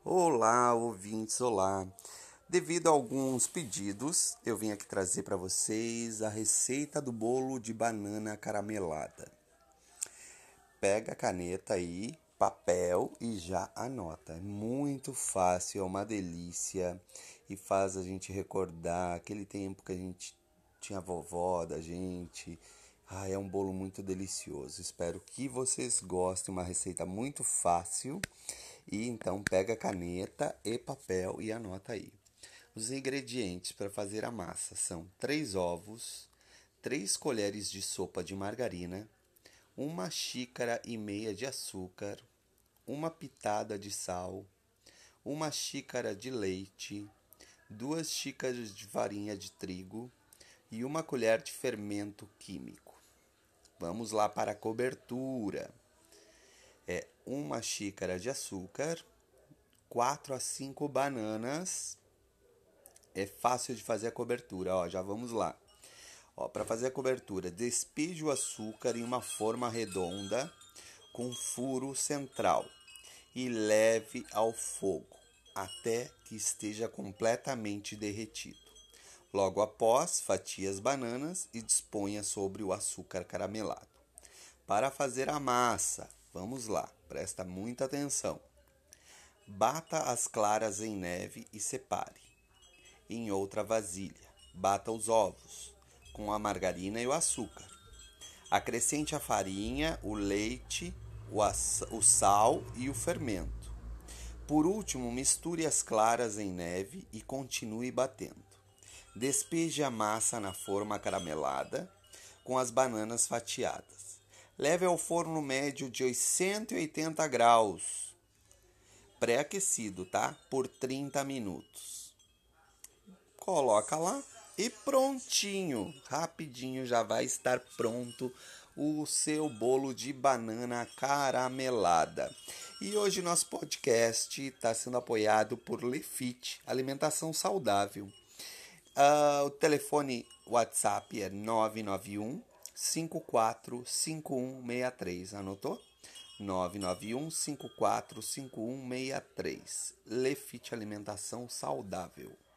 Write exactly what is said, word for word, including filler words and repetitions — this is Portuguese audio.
Olá, ouvintes, olá. Devido a alguns pedidos, eu vim aqui trazer para vocês a receita do bolo de banana caramelada. Pega a caneta aí, papel e já anota. É muito fácil, é uma delícia e faz a gente recordar aquele tempo que a gente tinha a vovó da gente. Ah, é um bolo muito delicioso. Espero que vocês gostem, uma receita muito fácil. E então pega caneta e papel e anota aí. Os ingredientes para fazer a massa são três ovos, três colheres de sopa de margarina, uma xícara e meia de açúcar, uma pitada de sal, uma xícara de leite, duas xícaras de farinha de trigo e uma colher de fermento químico. Vamos lá para a cobertura. É uma xícara de açúcar, quatro a cinco bananas. É fácil de fazer a cobertura, ó, já vamos lá. Ó, para fazer a cobertura, despeje o açúcar em uma forma redonda com furo central e leve ao fogo até que esteja completamente derretido. Logo após, fatie as bananas e disponha sobre o açúcar caramelado. Para fazer a massa, vamos lá, presta muita atenção. Bata as claras em neve e separe. Em outra vasilha, bata os ovos com a margarina e o açúcar. Acrescente a farinha, o leite, o, o sal e o fermento. Por último, misture as claras em neve e continue batendo. Despeje a massa na forma acaramelada com as bananas fatiadas. Leve ao forno médio de cento e oitenta graus, pré-aquecido, tá? Por trinta minutos. Coloca lá e prontinho, rapidinho já vai estar pronto o seu bolo de banana caramelada. E hoje nosso podcast está sendo apoiado por Lefit, alimentação saudável. Uh, o telefone WhatsApp é nove nove um, cinco quatro cinco um seis três. Anotou? nove nove um, cinco quatro cinco um seis três. Lefit Alimentação Saudável.